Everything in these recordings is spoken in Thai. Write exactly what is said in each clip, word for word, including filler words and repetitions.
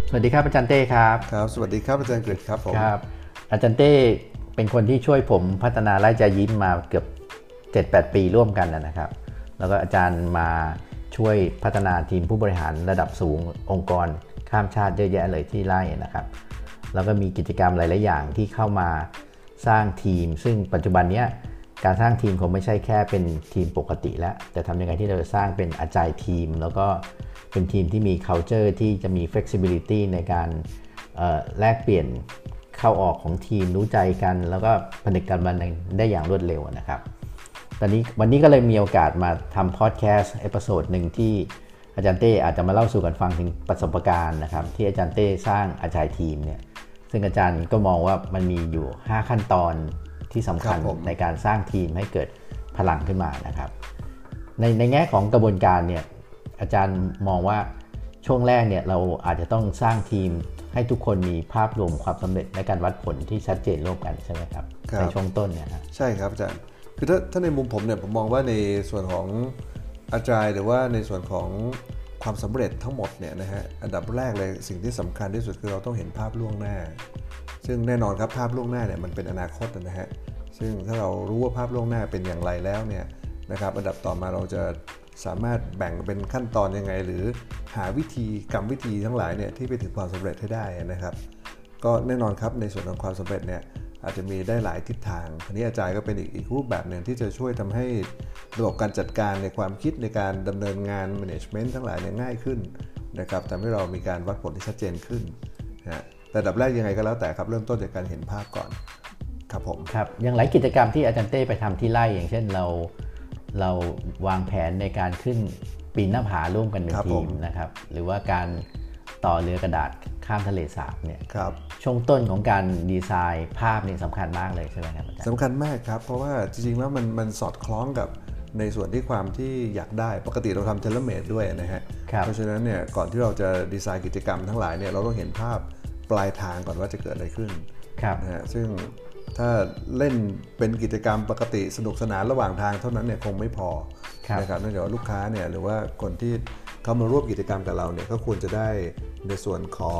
สวัสดีครับอาจารย์เต้ครับครับสวัสดีครับอาจารย์กฤษครับผมครับอาจารย์เต้เป็นคนที่ช่วยผมพัฒนาไร่ใจยิ้มมาเกือบ เจ็ดแปด ปีร่วมกันนะครับแล้วก็อาจารย์มาช่วยพัฒนาทีมผู้บริหารระดับสูงองค์กรข้ามชาติเยอะแยะเลยที่ไร่นะครับแล้วก็มีกิจกรรมหลายๆอย่างที่เข้ามาสร้างทีมซึ่งปัจจุบันนี้การสร้างทีมคงไม่ใช่แค่เป็นทีมปกติแล้วแต่ทำยังไงที่เราจะสร้างเป็นอาจารย์ทีมแล้วก็เป็นทีมที่มี culture ที่จะมี flexibility ในการแลกเปลี่ยนเข้าออกของทีมรู้ใจกันแล้วก็ผลิตกันมันได้อย่างรวดเร็วนะครับตอนนี้วันนี้ก็เลยมีโอกาสมาทำพอดแคสต์เอพิโซดหนึ่งที่อาจารย์เต้อาจจะมาเล่าสู่กันฟังถึงประสบการณ์นะครับที่อาจารย์เต้สร้างอาจารย์ทีมเนี่ยซึ่งอาจารย์ก็มองว่ามันมีอยู่ห้าขั้นตอนที่สำคัญในการสร้างทีมให้เกิดพลังขึ้นมานะครับในในแง่ของกระบวนการเนี่ยอาจารย์มองว่าช่วงแรกเนี่ยเราอาจจะต้องสร้างทีมให้ทุกคนมีภาพรวมความสำเร็จในการวัดผลที่ชัดเจนร่วมกันใช่ไหมครับในช่วงต้นเนี่ยใช่ครับอาจารย์คือถ้าถ้าในมุมผมเนี่ยผมมองว่าในส่วนของอาจารย์หรือว่าในส่วนของความสำเร็จทั้งหมดเนี่ยนะฮะอันดับแรกเลยสิ่งที่สำคัญที่สุดคือเราต้องเห็นภาพล่วงหน้าซึ่งแน่นอนครับภาพล่วงหน้าเนี่ยมันเป็นอนาคตนะฮะซึ่งถ้าเรารู้ว่าภาพล่วงหน้าเป็นอย่างไรแล้วเนี่ยนะครับอันดับต่อมาเราจะสามารถแบ่งเป็นขั้นตอนยังไงหรือหาวิธีกรรมวิธีทั้งหลายเนี่ยที่ไปถึงความสำเร็จให้ได้นะครับก็แน่นอนครับในส่วนของความสำเร็จเนี่ยอาจจะมีได้หลายทิศทางอันนี้อาจารย์ก็เป็นอีกอีกรูปแบบหนึ่งที่จะช่วยทำให้ระบบการจัดการในความคิดในการดำเนินงาน management ทั้งหลายเนี่ยง่ายขึ้นนะครับทำให้เรามีการวัดผลที่ชัดเจนขึ้นนะแต่ดับแรกยังไงก็แล้วแต่ครับเริ่มต้นจากการเห็นภาพก่อนครับผมครับอย่างหลายกิจกรรมที่อาจารย์เต้ไปทำที่ไร่อย่างเช่นเราเราวางแผนในการขึ้นปีนหน้าผาร่วมกันเป็นทีมนะครับหรือว่าการต่อเรือกระดาษข้ามทะเลสาบเนี่ยช่วงต้นของการดีไซน์ภาพนี่สำคัญมากเลยใช่ไหมครับอาจารย์สำคัญมากครับเพราะว่าจริงๆแล้วมันมันสอดคล้องกับในส่วนที่ความที่อยากได้ปกติเราทำเทเลเมดด้วยนะฮะเพราะฉะนั้นเนี่ยก่อนที่เราจะดีไซน์กิจกรรมทั้งหลายเนี่ยเราต้องเห็นภาพปลายทางก่อนว่าจะเกิดอะไรขึ้นนะฮะซึ่งถ้าเล่นเป็นกิจกรรมปกติสนุกสนานระหว่างทางเท่านั้นเนี่ยคงไม่พอนะครับเนื่องจากว่าลูกค้าเนี่ยหรือว่าคนที่เขามาร่วมกิจกรรมกับเราเนี่ยก็ควรจะได้ในส่วนของ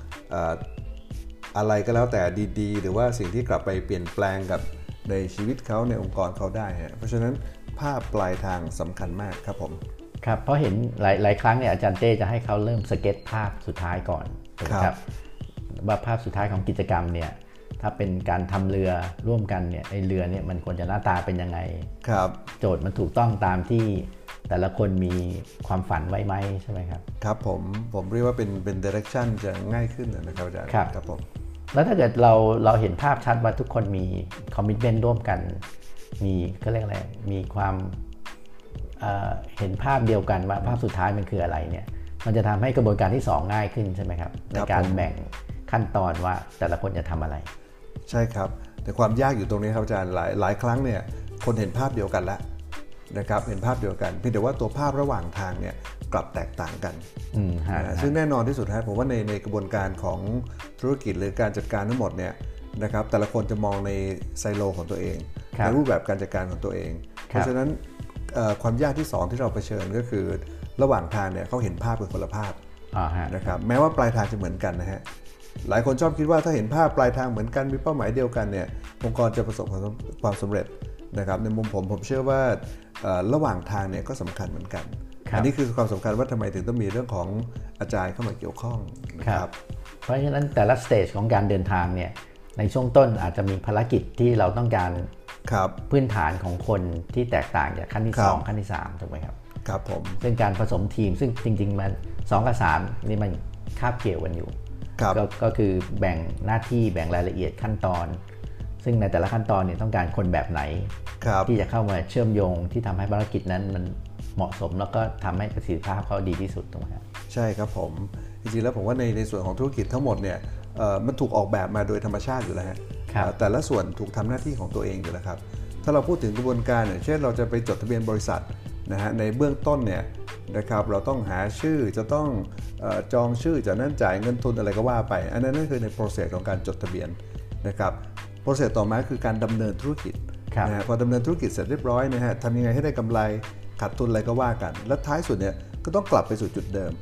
อะไรก็แล้วแต่ดีๆหรือว่าสิ่งที่กลับไปเปลี่ยนแปลงกับในชีวิตเขาในองค์กรเขาได้ฮะเพราะฉะนั้นภาพปลายทางสำคัญมากครับผมครับเพราะเห็นหลายหลายครั้งเนี่ยอาจารย์เต้จะให้เขาเริ่มสเก็ตภาพสุดท้ายก่อนครับว่าภาพสุดท้ายของกิจกรรมเนี่ยถ้าเป็นการทำเรือร่วมกันเนี่ยไอเรือเนี่ยมันควรจะหน้าตาเป็นยังไงครับโจทย์มันถูกต้องตามที่แต่ละคนมีความฝันไว้ไหมใช่ไหมครับครับผมผมเรียกว่าเป็นเป็น direction จะง่ายขึ้นนะครับอาจารย์ครับผมแล้วถ้าเกิดเราเราเห็นภาพชัดว่าทุกคนมีคอมมิตเมนต์ร่วมกันมีก็เรียกอะไรมีความ เอ่อ เห็นภาพเดียวกันว่าภาพสุดท้ายมันคืออะไรเนี่ยมันจะทำให้กระบวนการที่สองง่ายขึ้นใช่ไหมครับในการแบ่งขั้นตอนว่าแต่ละคนจะทำอะไรใช่ครับแต่ความยากอยู่ตรงนี้ครับอาจารย์หลายหลายครั้งเนี่ยคนเห็นภาพเดียวกันแล้วนะครับเห็นภาพเดียวกันเพียงแต่ว่าตัวภาพระหว่างทางเนี่ยกลับแตกต่างกันซึ่งแน่นอนที่สุดครับผมว่าในในกระบวนการของธุรกิจหรือการจัดการทั้งหมดเนี่ยนะครับแต่ละคนจะมองในไซโลของตัวเองในรูปแบบการจัดการของตัวเองเพราะฉะนั้นความยากที่สองที่เราเผชิญก็คือระหว่างทางเนี่ยเขาเห็นภาพเป็นคนละภาพนะครับแม้ว่าปลายทางจะเหมือนกันนะฮะหลายคนชอบคิดว่าถ้าเห็นภาพปลายทางเหมือนกันมีเป้าหมายเดียวกันเนี่ยองค์กรจะประสบความสำเร็จนะครับในมุมผมผมเชื่อว่าระหว่างทางเนี่ยก็สำคัญเหมือนกันอันนี้คือความสำคัญว่าทำไมถึงต้องมีเรื่องของอาจารย์เข้ามาเกี่ยวข้องนะครับเพราะฉะนั้นแต่ละสเตจของการเดินทางเนี่ยในช่วงต้นอาจจะมีภารกิจที่เราต้องการพื้นฐานของคนที่แตกต่างจากขั้นที่สองขั้นที่สามถูกไหมครับครับผมซึ่งการผสมทีมซึ่งจริงๆมันสองกับสามนี่มันคาบเกี่ยวกันอยู่ก ก็คือแบ่งหน้าที่แบ่งรายละเอียดขั้นตอนซึ่งในแต่ละขั้นตอนเนี่ยต้องการคนแบบไหนที่จะเข้ามาเชื่อมโยงที่ทำให้ภารกิจนั้นมันเหมาะสมแล้วก็ทำให้ประสิทธิภาพเขาดีที่สุดถูกไหมครับใช่ครับผมจริงๆแล้วผมว่าในในส่วนของธุรกิจทั้งหมดเนี่ยมันถูกออกแบบมาโดยธรรมชาติอยู่แล้วฮะแต่ละส่วนถูกทำหน้าที่ของตัวเองอยู่แล้วครับถ้าเราพูดถึงกระบวนการเนี่ยเช่นเราจะไปจดทะเบียนบริษัทนะฮะในเบื้องต้นเนี่ยนะครับเราต้องหาชื่อจะต้องเอ่อจองชื่อจากนั้นจ่ายเงินทุนอะไรก็ว่าไปอันนั้นนั่นคือใน process ของการจดทะเบียนนะครับ process ต่อมาคือการดำเนินธุรกิจนะฮะพอดำเนินธุรกิจเสร็จเรียบร้อยนะฮะทำยังไงให้ได้กำไรขาดทุนอะไรก็ว่ากันและท้ายสุดเนี่ยก็ต้องกลับไปสู่จุดเดิมก็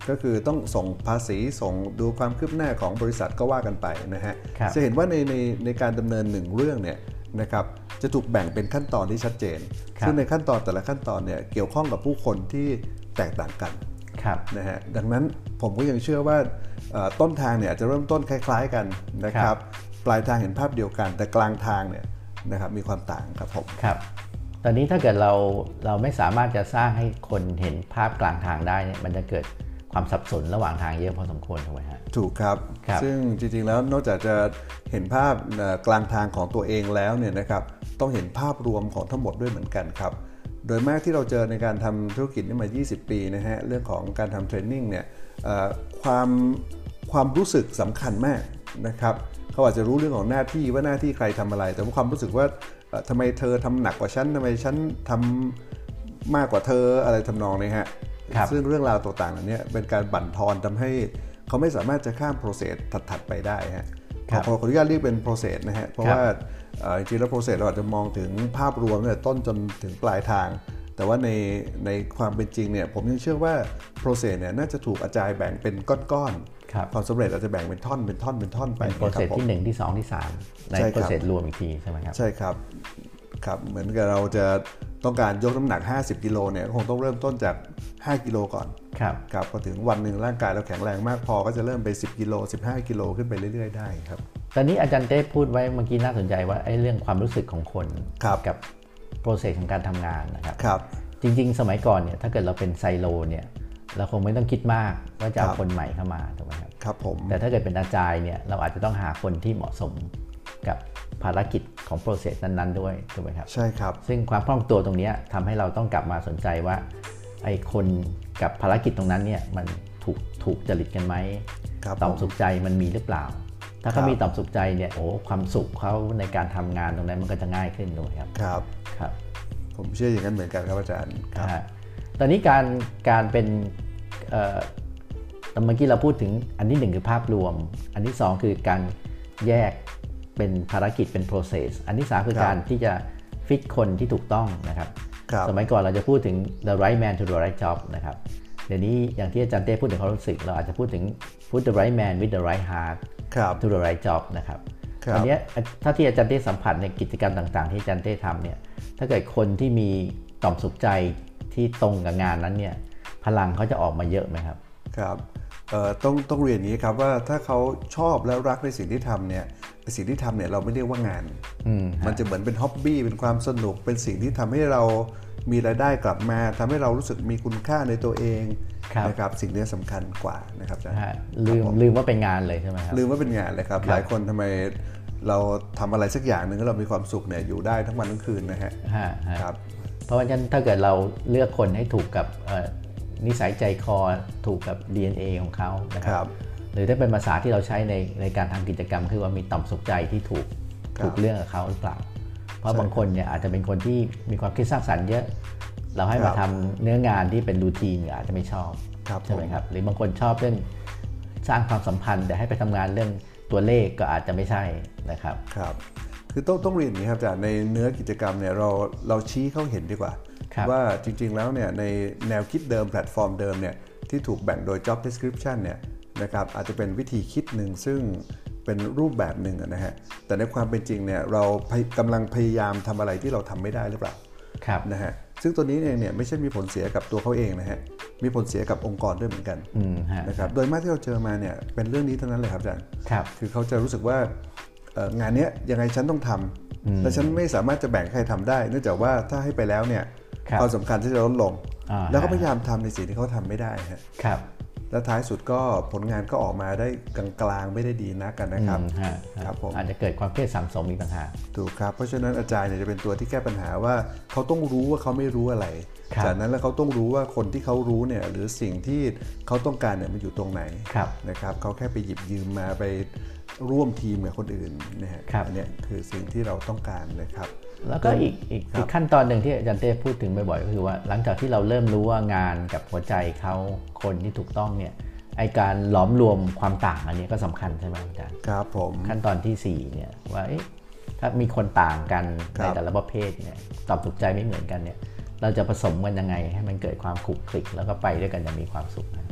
ก็คือต้องส่งภาษีส่งดูความคืบหน้าของบริษัทก็ว่ากันไปนะฮะจะเห็นว่าในในในการดำเนินหนึ่งเรื่องเนี่ยนะครับจะถูกแบ่งเป็นขั้นตอนที่ชัดเจนซึ่งในขั้นตอนแต่ละขั้นตอนเนี่ยเกี่ยวข้องกับผู้คนที่แตกต่างกันนะฮะดังนั้นผมก็ยังเชื่อว่าต้นทางเนี่ยอาจจะเริ่มต้นคล้ายๆกันนะครับปลายทางเห็นภาพเดียวกันแต่กลางทางเนี่ยนะครับมีความต่างครับผมครับตอนนี้ถ้าเกิดเราเราไม่สามารถจะสร้างให้คนเห็นภาพกลางทางได้เนี่ยมันจะเกิดความสับสนระหว่างทางเยอะพอสมควรถูกไหมฮะถูกครับซึ่งจริงๆแล้วนอกจากจะเห็นภาพกลางทางของตัวเองแล้วเนี่ยนะครับต้องเห็นภาพรวมของทั้งหมดด้วยเหมือนกันครับโดยมากที่เราเจอในการทำธุรกิจนี่มายี่สิบปีนะฮะเรื่องของการทำเทรนนิ่งเนี่ยความความรู้สึกสำคัญมากนะครับเขาอาจจะรู้เรื่องของหน้าที่ว่าหน้าที่ใครทำอะไรแต่ว่าความรู้สึกว่าทำไมเธอทำหนักกว่าฉันทำไมฉันทำมากกว่าเธออะไรทำนองนี้ฮะซึ่งเรื่องราวต่างๆเหล่านี้เป็นการบั่นทอนทำให้เขาไม่สามารถจะข้ามโปรเซสถัดๆไปได้ฮะขอขออนุญาตเรียกเป็นโปรเซสนะฮะเพราะว่าจริงๆแล้วโปรเซสเราอาจจะมองถึงภาพรวมตั้งแต่ต้นจนถึงปลายทางแต่ว่าในในความเป็นจริงเนี่ยผมยังเชื่อว่าโปรเซสเนี่ยน่าจะถูกอาจารย์แบ่งเป็นก้อนๆความสำเร็จเราจะแบ่งเป็นท่อนเป็นท่อนเป็นท่อนไปเป็นโปรเซสที่หนึ่งที่สองที่สามในโปรเซสรวมอีกทีใช่ไหมครับใช่ครับครับเหมือนกับเราจะต้องการยกน้ำหนักห้าสิบกิโลเนี่ยคงต้องเริ่มต้นจากห้ากิโลก่อนครับครับพอถึงวันหนึ่งร่างกายเราแข็งแรงมากพอก็จะเริ่มไปสิบกิโลสิบห้ากิโลขึ้นไปเรื่อยๆได้ครับตอนนี้อาจารย์เต้พูดไว้เมื่อกี้น่าสนใจว่าไอ้เรื่องความรู้สึกของคนกับโปรเซสของการทำงานนะครับครับจริงๆสมัยก่อนเนี่ยถ้าเกิดเราเป็นไซโลเนี่ยเราคงไม่ต้องคิดมากว่าจะเอาคนใหม่เข้ามาถูกไหมครับครับผมแต่ถ้าเกิดเป็นอาจารย์เนี่ยเราอาจจะต้องหาคนที่เหมาะสมกับภารกิจของโปรเซสนั้นๆด้วยถูกไหมครับใช่ครับซึ่งความคล่องตัวตรงนี้ทำให้เราต้องกลับมาสนใจว่าไอ้คนกับภารกิจตรงนั้นเนี่ยมันถูกถูกจริตกันไหมต่อมสุขใจมันมีหรือเปล่าถ้าเขามีต่อมสุขใจเนี่ยโอ้ความสุขเขาในการทำงานตรงนั้นมันก็จะง่ายขึ้นด้วยครับครับครับผมเชื่ออย่างนั้นเหมือนกันครับอาจารย์ครับตอนนี้การการเป็นเอ่อเมื่อกี้เราพูดถึงอันที่หนึ่งคือภาพรวมอันที่สองคือการแยกเป็นภารกิจเป็น process อันที่สามคือการที่จะฟิตคนที่ถูกต้องนะครับสมัยก่อนเราจะพูดถึง the right man to the right job นะครับเดี๋ยวนี้อย่างที่อาจารย์เต้พูดถึงความรู้สึกเราอาจจะพูดถึง put the right man with the right heart to the right job นะครับอันนี้ถ้าที่อาจารย์เต้สัมผัสในกิจกรรมต่างๆที่อาจารย์เต้ทำเนี่ยถ้าเกิดคนที่มีต่อมสุขใจที่ตรงกับงานนั้นเนี่ยพลังเขาจะออกมาเยอะไหมครับครับเอ่อต้องต้องเรียนอย่างนี้ครับว่าถ้าเขาชอบและรักในสิ่งที่ทำเนี่ยสิ่งที่ทำเนี่ยเราไม่เรียกว่างานมันจะเหมือนเป็นฮ็อบบี้เป็นความสนุกเป็นสิ่งที่ทำให้เรามีรายได้กลับมาทำให้เรารู้สึกมีคุณค่าในตัวเองนะครับสิ่งนี้สำคัญกว่านะครับอาจารย์ลืมลืมว่าเป็นงานเลยใช่ไหมครับลืมว่าเป็นงานเลยครับหลายคนทำไมเราทำอะไรสักอย่างหนึ่งแล้วเรามีความสุขเนี่ยอยู่ได้ทั้งวันทั้งคืนนะฮะครับเพราะว่าฉะนั้นถ้าเกิดเราเลือกคนให้ถูกกับนิสัยใจคอถูกกับ ดี เอ็น เอ ของเขานะครับหรือถ้าเป็นภาษาที่เราใช้ในในการทำกิจกรรมคือว่ามีต่อมสุขใจที่ถูกถูกเรื่องกับเขาหรือเปล่าเพราะบางคนเนี่ยอาจจะเป็นคนที่มีความคิดสร้างสรรค์เยอะเราให้มาทำเนื้องานที่เป็นรูทีนอาจจะไม่ชอบใช่ไหมครับหรือบางคนชอบเรื่องสร้างความสัมพันธ์แต่ให้ไปทำงานเรื่องตัวเลขก็อาจจะไม่ใช่นะครับครับคือต้องต้องเรียนอย่างนี้ครับอาจารย์ในเนื้อกิจกรรมเนี่ยเราเราชี้เขาเห็นดีกว่าว่าจริงๆแล้วเนี่ยในแนวคิดเดิมแพลตฟอร์มเดิมเนี่ยที่ถูกแบ่งโดย job description เนี่ยนะครับอาจจะเป็นวิธีคิดหนึ่งซึ่งเป็นรูปแบบหนึ่งนะฮะแต่ในความเป็นจริงเนี่ยเรากำลังพยายามทำอะไรที่เราทำไม่ได้หรือเปล่านะฮะซึ่งตัวนี้เองเนี่ยไม่ใช่มีผลเสียกับตัวเขาเองนะฮะมีผลเสียกับองค์กรด้วยเหมือนกันนะครับโดยมากที่เราเจอมาเนี่ยเป็นเรื่องนี้เท่านั้นเลยครับอาจารย์คือเขาจะรู้สึกว่างานนี้ยังไงฉันต้องทำและฉันไม่สามารถจะแบ่งใครทำได้เนื่องจากว่าถ้าให้ไปแล้วเนี่ยความสำคัญที่จะลดลงแล้วก็พยายามทำในสิ่งที่เขาทำไม่ได้ครับและท้ายสุดก็ผลงานก็ออกมาได้กลางๆไม่ได้ดีนักกันนะครับครับผมอาจจะเกิดความเครียดสะสมอีกต่างหากถูกครับเพราะฉะนั้นอาจารย์เนี่ยจะเป็นตัวที่แก้ปัญหาว่าเขาต้องรู้ว่าเขาไม่รู้อะไรจากนั้นแล้วเขาต้องรู้ว่าคนที่เขารู้เนี่ยหรือสิ่งที่เขาต้องการเนี่ยมันอยู่ตรงไหนนะครับเขาแค่ไปหยิบยืมมาไปร่วมทีมกับคนอื่นนะฮะอันนี้คือสิ่งที่เราต้องการนะครับแล้วก็อีกอีกอีกขั้นตอนหนึ่งที่อาจารย์เต้พูดถึงบ่อยๆก็คือว่าหลังจากที่เราเริ่มรู้ว่างานกับหัวใจเขาคนที่ถูกต้องเนี่ยไอการหลอมรวมความต่างอันนี้ก็สำคัญใช่ไหมอาจารย์ครับผมขั้นตอนที่สี่เนี่ยว่าถ้ามีคนต่างกันในแต่ละประเภทเนี่ยตอบถูกใจไม่เหมือนกันเนี่ยเราจะผสมกันยังไงให้มันเกิดความขลุกคลิกแล้วก็ไปด้วยกันอย่างมีความสุข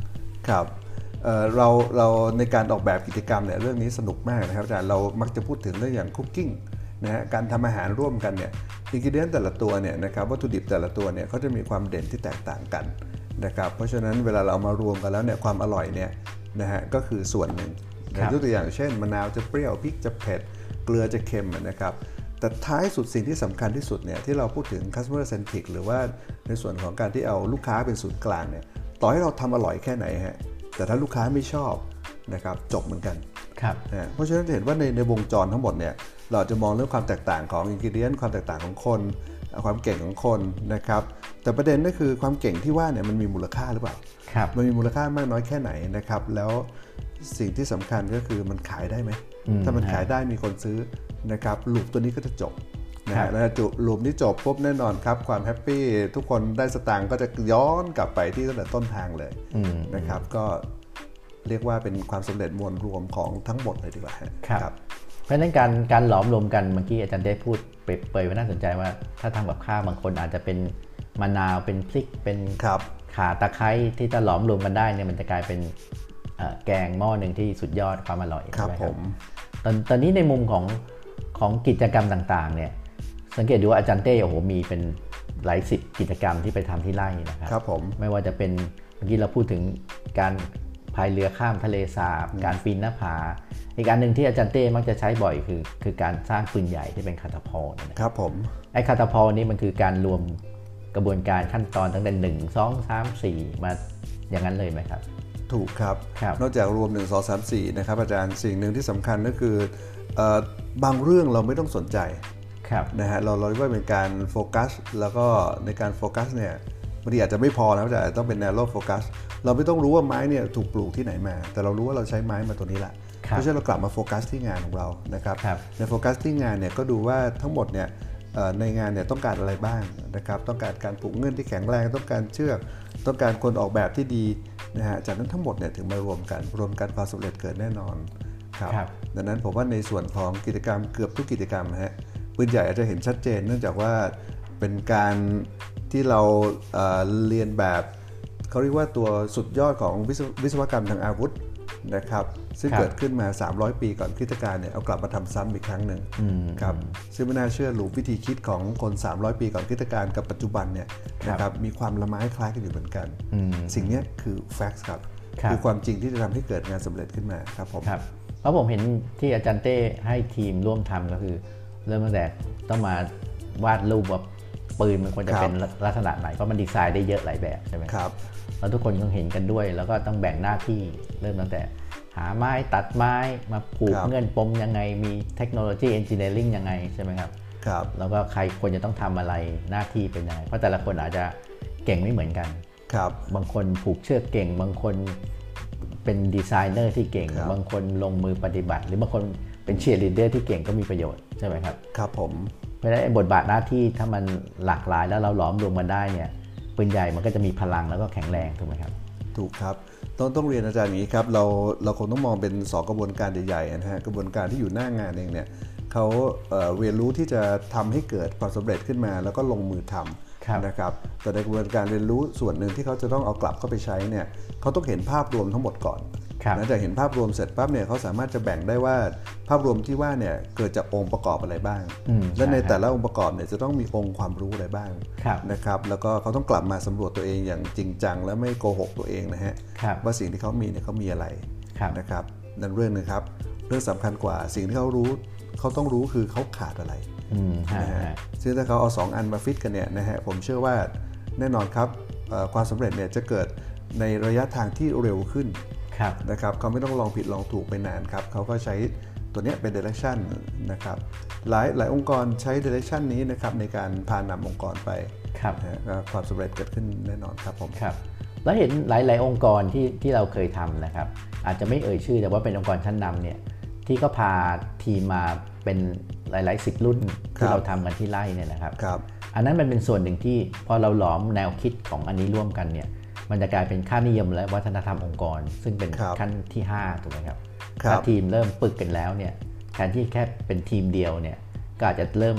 ครับเอ่อเราเราในการออกแบบกิจกรรมเนี่ยเรื่องนี้สนุกมากนะครับอาจารย์เรามักจะพูดถึงเรื่องอย่างคุกกิ้งนะฮะการทำอาหารร่วมกันเนี่ยอินกิเดียนแต่ละตัวเนี่ยนะครับวัตถุดิบแต่ละตัวเนี่ยเขาจะมีความเด่นที่แตกต่างกันนะครับเพราะฉะนั้นเวลาเราเอามารวมกันแล้วเนี่ยความอร่อยเนี่ยนะฮะก็คือส่วนหนึ่งยกตัวอย่างเช่นมะนาวจะเปรี้ยวพริกจะเผ็ดเกลือจะเค็มนะครับแต่ท้ายสุดสิ่งที่สำคัญที่สุดเนี่ยที่เราพูดถึง customer centric หรือว่าในส่วนของการที่เอาลูกค้าเป็นศูนย์กลางเนี่ยต่อให้เราทำอร่อยแค่ไหนฮะแต่ถ้าลูกค้าไม่ชอบนะครับจบเหมือนกันครับนะเพราะฉะนั้นจะเห็นว่าในในวงจรทั้งหมดเนี่ยเราจะมองเรื่องความแตกต่างของอินกิเดียนความแตกต่างของคนความเก่งของคนนะครับแต่ประเด็นก็คือความเก่งที่ว่าเนี่ยมันมีมูลค่าหรือเปล่ามันมีมูลค่ามากน้อยแค่ไหนนะครับแล้วสิ่งที่สำคัญก็คือมันขายได้ไหมถ้ามันขายได้มีคนซื้อนะครับลูปตัวนี้ก็จะจบนะฮะแล้วจุลูปนี้จบปุ๊บแน่นอนครับความแฮปปี้ทุกคนได้สตางค์ก็จะย้อนกลับไปที่ตั้งแต่ต้นทางเลยนะครับก็เรียกว่าเป็นความสำเร็จมวลรวมของทั้งหมดเลยดีกว่าครับเพราะฉะนั้นการการหลอมรวมกันเมื่อกี้อาจารย์ได้พูดเปรยๆไว้น่าสนใจว่าถ้าทำกับข้าวบางคนอาจจะเป็นมะนาวเป็นพริกเป็นข่าตะไคร้ที่จะหลอมรวมกันได้เนี่ยมันจะกลายเป็นแกงหม้อหนึ่งที่สุดยอดความอร่อยครับผมตอนตอนนี้ในมุมของของกิจกรรมต่างๆเนี่ยสังเกตดูว่าอาจารย์เต้โอ้โหมีเป็นหลายสิบกิจกรรมที่ไปทำที่ไร่นะครับครับผมไม่ว่าจะเป็นเมื่อกี้เราพูดถึงการพายเรือข้ามทะเลสาบการปีนหน้าผาอีกอันหนึ่งที่อาจารย์เต้มักจะใช้บ่อยคือคือการสร้างปืนใหญ่ที่เป็นคาตาพอลครับผมไอ้คาตาพอลนี้มันคือการรวมกระบวนการขั้นตอนตั้งแต่หนึ่ง สอง สาม สี่มาอย่างนั้นเลยไหมครับถูกครับนอกจากรวมหนึ่ง สอง สาม สี่นะครับอาจารย์สิ่งหนึ่งที่สำคัญก็คือเอ่อบางเรื่องเราไม่ต้องสนใจนะฮะเราเราเรียกว่าเป็นการโฟกัสแล้วก็ในการโฟกัสเนี่ยบางทีอาจจะไม่พอนะแต่ต้องเป็น narrow focus เราไม่ต้องรู้ว่าไม้เนี่ยถูกปลูกที่ไหนมาแต่เรารู้ว่าเราใช้ไม้มาตัวนี้แหละเพราะฉะนั้นเรากลับมาโฟกัสที่งานของเรานะครับในโฟกัสที่งานเนี่ยก็ดูว่าทั้งหมดเนี่ยในงานเนี่ยต้องการอะไรบ้างนะครับต้องการการปลูกเงื่อนที่แข็งแรงต้องการเชือกต้องการคนออกแบบที่ดีนะฮะจากนั้นทั้งหมดเนี่ยถึงมารวมกันรวมกันความสำเร็จเกิดแน่นอนครับดังนั้นผมว่าในส่วนของกิจกรรมเกือบทุกกิจกรรมฮะปืนใหญ่อาจจะเห็นชัดเจนเนื่องจากว่าเป็นการที่เรา เอ่อ เรียนแบบเขาเรียกว่าตัวสุดยอดของวิศวกรรมทางอาวุธนะครับซึ่งเกิดขึ้นมาสามร้อยปีก่อนคริสตกาลเนี่ยเอากลับมาทำซ้ำอีกครั้งหนึ่งครับซึ่งไม่น่าเชื่อหลูวิธีคิดของคนสามร้อยปีก่อนคริสตกาลกับปัจจุบันเนี่ยนะครับมีความละไม้คล้ายกันอยู่เหมือนกันสิ่งนี้คือ facts ครับคือความจริงที่จะทำให้เกิดงานสำเร็จขึ้นมาครับผมเพราะผมเห็นที่อาจารย์เต้ให้ทีมร่วมทำก็คือเริ่มตั้งแต่ต้องมาวาดรูปว่าปืนมันควรจะเป็นลักษณะไหนเพราะมันดีไซน์ได้เยอะหลายแบบใช่ไหมครับแล้วทุกคนต้องเห็นกันด้วยแล้วก็ต้องแบ่งหน้าที่เริ่มตั้งแต่หาไม้ตัดไม้มาผูกเงื่อนปมยังไงมีเทคโนโลยีเอนจิเนียริ่งยังไงใช่ไหมครับครับแล้วก็ใครควรจะต้องทำอะไรหน้าที่เป็นยังไงเพราะแต่ละคนอาจจะเก่งไม่เหมือนกันครับบางคนผูกเชือกเก่งบางคนเป็นดีไซเนอร์ที่เก่งบางคนลงมือปฏิบัติหรือบางคนเป็นเชียร์ลีดเดอร์ที่เก่งก็มีประโยชน์ใช่ไหมครับครับผมเพราะฉะนั้นบทบาทหน้าที่ถ้ามันหลากหลายแล้วเราหลอมรวมกันได้เนี่ยปืนใหญ่มันก็จะมีพลังแล้วก็แข็งแรงถูกไหมครับถูกครับต้องต้องเรียนอาจารย์อย่างนี้ครับเราเราคงต้องมองเป็นสองกระบวนการใหญ่ๆนะฮะกระบวนการที่อยู่หน้างานเองเนี่ยเขาเอ่อเรียนรู้ที่จะทำให้เกิดความสำเร็จขึ้นมาแล้วก็ลงมือทำนะครับแต่ในกระบวนการเรียนรู้ส่วนหนึ่งที่เขาจะต้องเอากลับเข้าไปใช้เนี่ยเขาต้องเห็นภาพรวมทั้งหมดก่อนหลังจากเห็นภาพรวมเสร็จปั๊บเนี่ยเขาสามารถจะแบ่งได้ว่าภาพรวมที่ว่าเนี่ยเกิดจากองค์ประกอบอะไรบ้างและในแต่ละองค์ประกอบเนี่ยจะต้องมีองค์ความรู้อะไรบ้างนะครับแล้วก็เขาต้องกลับมาสำรวจตัวเองอย่างจริงจังและไม่โกหกตัวเองนะฮะว่าสิ่งที่เขามีเนี่ยเขามีอะไรนะครับนั่นเรื่องนึงครับเรื่องสำคัญกว่าสิ่งที่เขารู้เขาต้องรู้คือเขาขาดอะไรนะฮะซึ่งถ้าเขาเอาสองอันมาฟิตกันเนี่ยนะฮะผมเชื่อว่าแน่นอนครับความสำเร็จเนี่ยจะเกิดในระยะทางที่เร็วขึ้นนะครับเขาไม่ต้องลองผิดลองถูกไปนานครับเขาก็ใช้ตัวนี้เป็น direction นะครับหลายหลายองค์กรใช้ direction นี้นะครับในการพานำองค์กรไปนะความสำเร็จเกิดขึ้นแน่นอนครับผมครับแล้วเห็นหลายๆองค์กรที่ที่เราเคยทำนะครับอาจจะไม่เอ่ยชื่อแต่ว่าเป็นองค์กรชั้นนำเนี่ยที่ก็พาทีมมาเป็นหลายๆสิบรุ่นที่เราทำกันที่ไร่เนี่ยนะครับอันนั้นมันเป็นส่วนหนึ่งที่พอเราหลอมแนวคิดของอันนี้ร่วมกันเนี่ยมันจะกลายเป็นค่านิยมและวัฒนธรรมองค์กรซึ่งเป็นขั้นที่ห้าถูกไหมครับถ้าทีมเริ่มปึกกันแล้วเนี่ยแทนที่แค่เป็นทีมเดียวเนี่ยก็อาจจะเริ่ม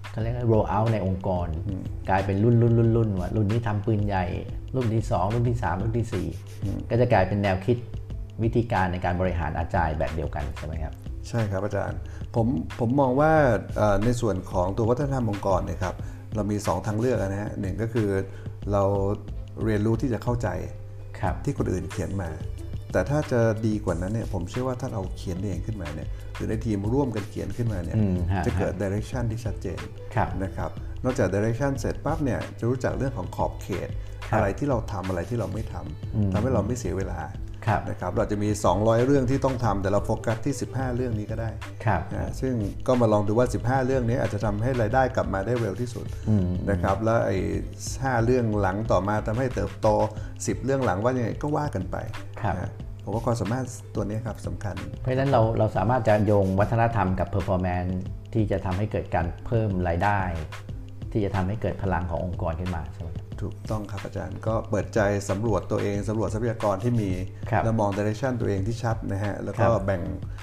เขาเรียกว่า roll out ในองค์กรกลายเป็นรุ่นรุ่นรุ่นรุ่นว่ารุ่นนี้ทำปืนใหญ่รุ่นที่สองรุ่นที่สามรุ่นที่สี่ก็จะกลายเป็นแนวคิดวิธีการในการบริหารอาจารย์แบบเดียวกันใช่ไหมครับใช่ครับอาจารย์ผมผมมองว่าในส่วนของตัววัฒนธรรมองค์กรเนี่ยครับเรามีสองทางเลือกนะฮะหนึ่งก็คือเราเรียนรู้ที่จะเข้าใจที่คนอื่นเขียนมาแต่ถ้าจะดีกว่านั้นเนี่ยผมเชื่อว่าถ้าเราเขียนเองขึ้นมาเนี่ยหรือในทีมร่วมกันเขียนขึ้นมาเนี่ยจะเกิด direction ที่ชัดเจนนะครับนอกจาก direction เสร็จปั๊บเนี่ยจะรู้จักเรื่องของขอบเขตอะไรที่เราทำอะไรที่เราไม่ทำทำให้เราไม่เสียเวลานะครับเราจะมีสองร้อยเรื่องที่ต้องทำแต่เราโฟกัสที่สิบห้าเรื่องนี้ก็ได้นะซึ่งก็มาลองดูว่าสิบห้าเรื่องนี้อาจจะทำให้รายได้กลับมาได้เร็วที่สุดนะครับแล้วไอ้ห้าเรื่องหลังต่อมาทำให้เติบโตสิบเรื่องหลังว่ายังไงก็ว่ากันไปนะผมว่าความสามารถตัวนี้ครับสำคัญเพราะฉะนั้นเราเราสามารถจะโยงวัฒนธรรมกับ performance ที่จะทำให้เกิดการเพิ่มรายได้ที่จะทำให้เกิดพลังขององค์กรขึ้นมาใช่ไหมถูกต้องครับอาจารย์ก็เปิดใจสำรวจตัวเองสำรวจทรัพยากรที่มีแล้วมอง direction ตัวเองที่ชัดนะฮะแล้วก็แบ่ง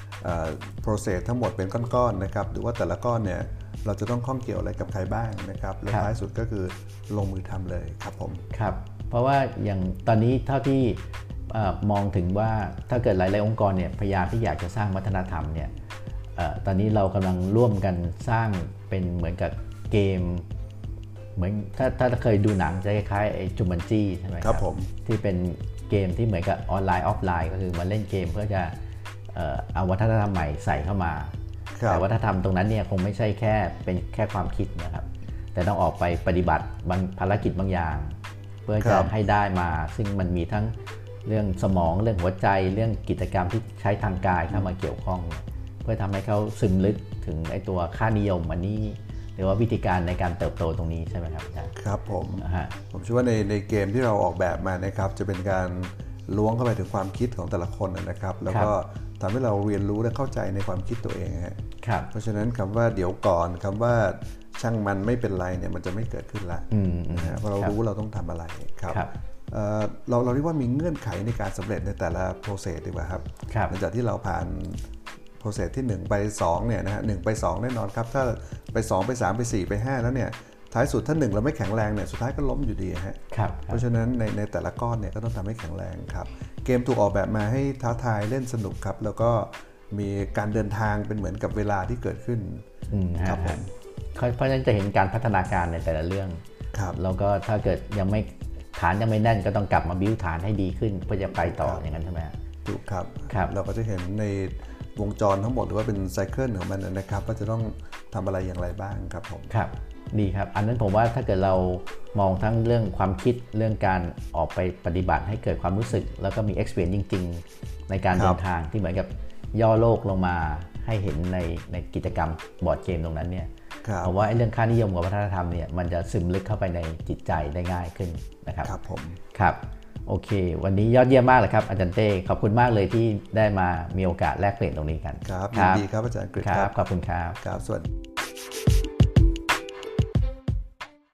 process ทั้งหมดเป็นก้อนๆนะครับหรือว่าแต่ละก้อนเนี่ยเราจะต้องข้องเกี่ยวอะไรกับใครบ้างนะครับและท้ายสุดก็คือลงมือทำเลยครับผมครับเพราะว่าอย่างตอนนี้เท่าที่มองถึงว่าถ้าเกิดหลายๆองค์กรเนี่ยพยายามที่อยากจะสร้างวัฒนธรรมเนี่ยตอนนี้เรากำลังร่วมกันสร้างเป็นเหมือนกับเกมเหมือนถ้าถ้าเคยดูหนังจะคล้ายๆไอ้จูมันจี้ใช่ไหมครับผมที่เป็นเกมที่เหมือนกับออนไลน์ออฟไลน์ก็คือมาเล่นเกมเพื่อจะเอาวัฒนธรรมใหม่ใส่เข้ามาแต่วัฒนธรรมตรงนั้นเนี่ยคงไม่ใช่แค่เป็นแค่ความคิดนะครับแต่ต้องออกไปปฏิบัติบางภารกิจบางอย่างเพื่อจะให้ได้มาซึ่งมันมีทั้งเรื่องสมองเรื่องหัวใจเรื่องกิจกรรมที่ใช้ทางกายเข้ามาเกี่ยวข้องเพื่อทำให้เขาซึมลึกถึงไอ้ตัวค่านิยมอันนี้หรือว่าวิธีการในการเติบโตตรงนี้ใช่ไหมครับอาจารย์ครับผมผมเชื่อว่าในในเกมที่เราออกแบบมานะครับจะเป็นการล้วงเข้าไปถึงความคิดของแต่ละคนนะครับแล้วก็ทำให้เราเรียนรู้และเข้าใจในความคิดตัวเองฮะเพราะฉะนั้นคำว่าเดี๋ยวก่อนคำว่าช่างมันไม่เป็นไรเนี่ยมันจะไม่เกิดขึ้นละนะฮะเพราะเรารู้เราต้องทำอะไรครับเราเราเรียกว่ามีเงื่อนไขในการสำเร็จในแต่ละ process ดีกว่าครับหลังจากที่เราผ่านprocess ที่หนึ่งไปสองเนี่ยนะฮะหนึ่งไปสองแน่นอนครับถ้าไปสองไปสามไปสี่ไปห้าแล้วเนี่ยท้ายสุดถ้าหนึ่งเราไม่แข็งแรงเนี่ยสุดท้ายก็ล้มอยู่ดีฮะเพราะฉะนั้นในในแต่ละก้อนเนี่ยก็ต้องทำให้แข็งแรงครับเกมถูกออกแบบมาให้ท้าทายเล่นสนุกครับแล้วก็มีการเดินทางเป็นเหมือนกับเวลาที่เกิดขึ้นครับผมเพราะฉะนั้นจะเห็นการพัฒนาการในแต่ละเรื่องแล้วก็ถ้าเกิดยังไม่ฐานยังไม่แน่นก็ต้องกลับมาบิ้วฐานให้ดีขึ้นเพื่อจะไปต่ออย่างนั้นใช่ไหมถูกครับเราก็จะเห็นในวงจรทั้งหมดหรือว่าเป็นไซเคิลของมันนะครับว่าจะต้องทำอะไรอย่างไรบ้างครับผมครับดีครับอันนั้นผมว่าถ้าเกิดเรามองทั้งเรื่องความคิดเรื่องการออกไปปฏิบัติให้เกิดความรู้สึกแล้วก็มี experience จริงๆในการเดินทางที่เหมือนกับย่อโลกลงมาให้เห็นในในกิจกรรมบอร์ดเกมตรงนั้นเนี่ยเพราะว่าเรื่องค่านิยมกับวัฒนธรรมเนี่ยมันจะซึมลึกเข้าไปในจิตใจได้ง่ายขึ้นนะครับครับผมครับโอเควันนี้ยอดเยี่ยมมากเลยครับอาจารย์เต้ขอบคุณมากเลยที่ได้มามีโอกาสแลกเปลี่ยนตรงนี้กันครับยินดีครับอาจารย์กฤษครับขอบคุณครับครับสวัสดี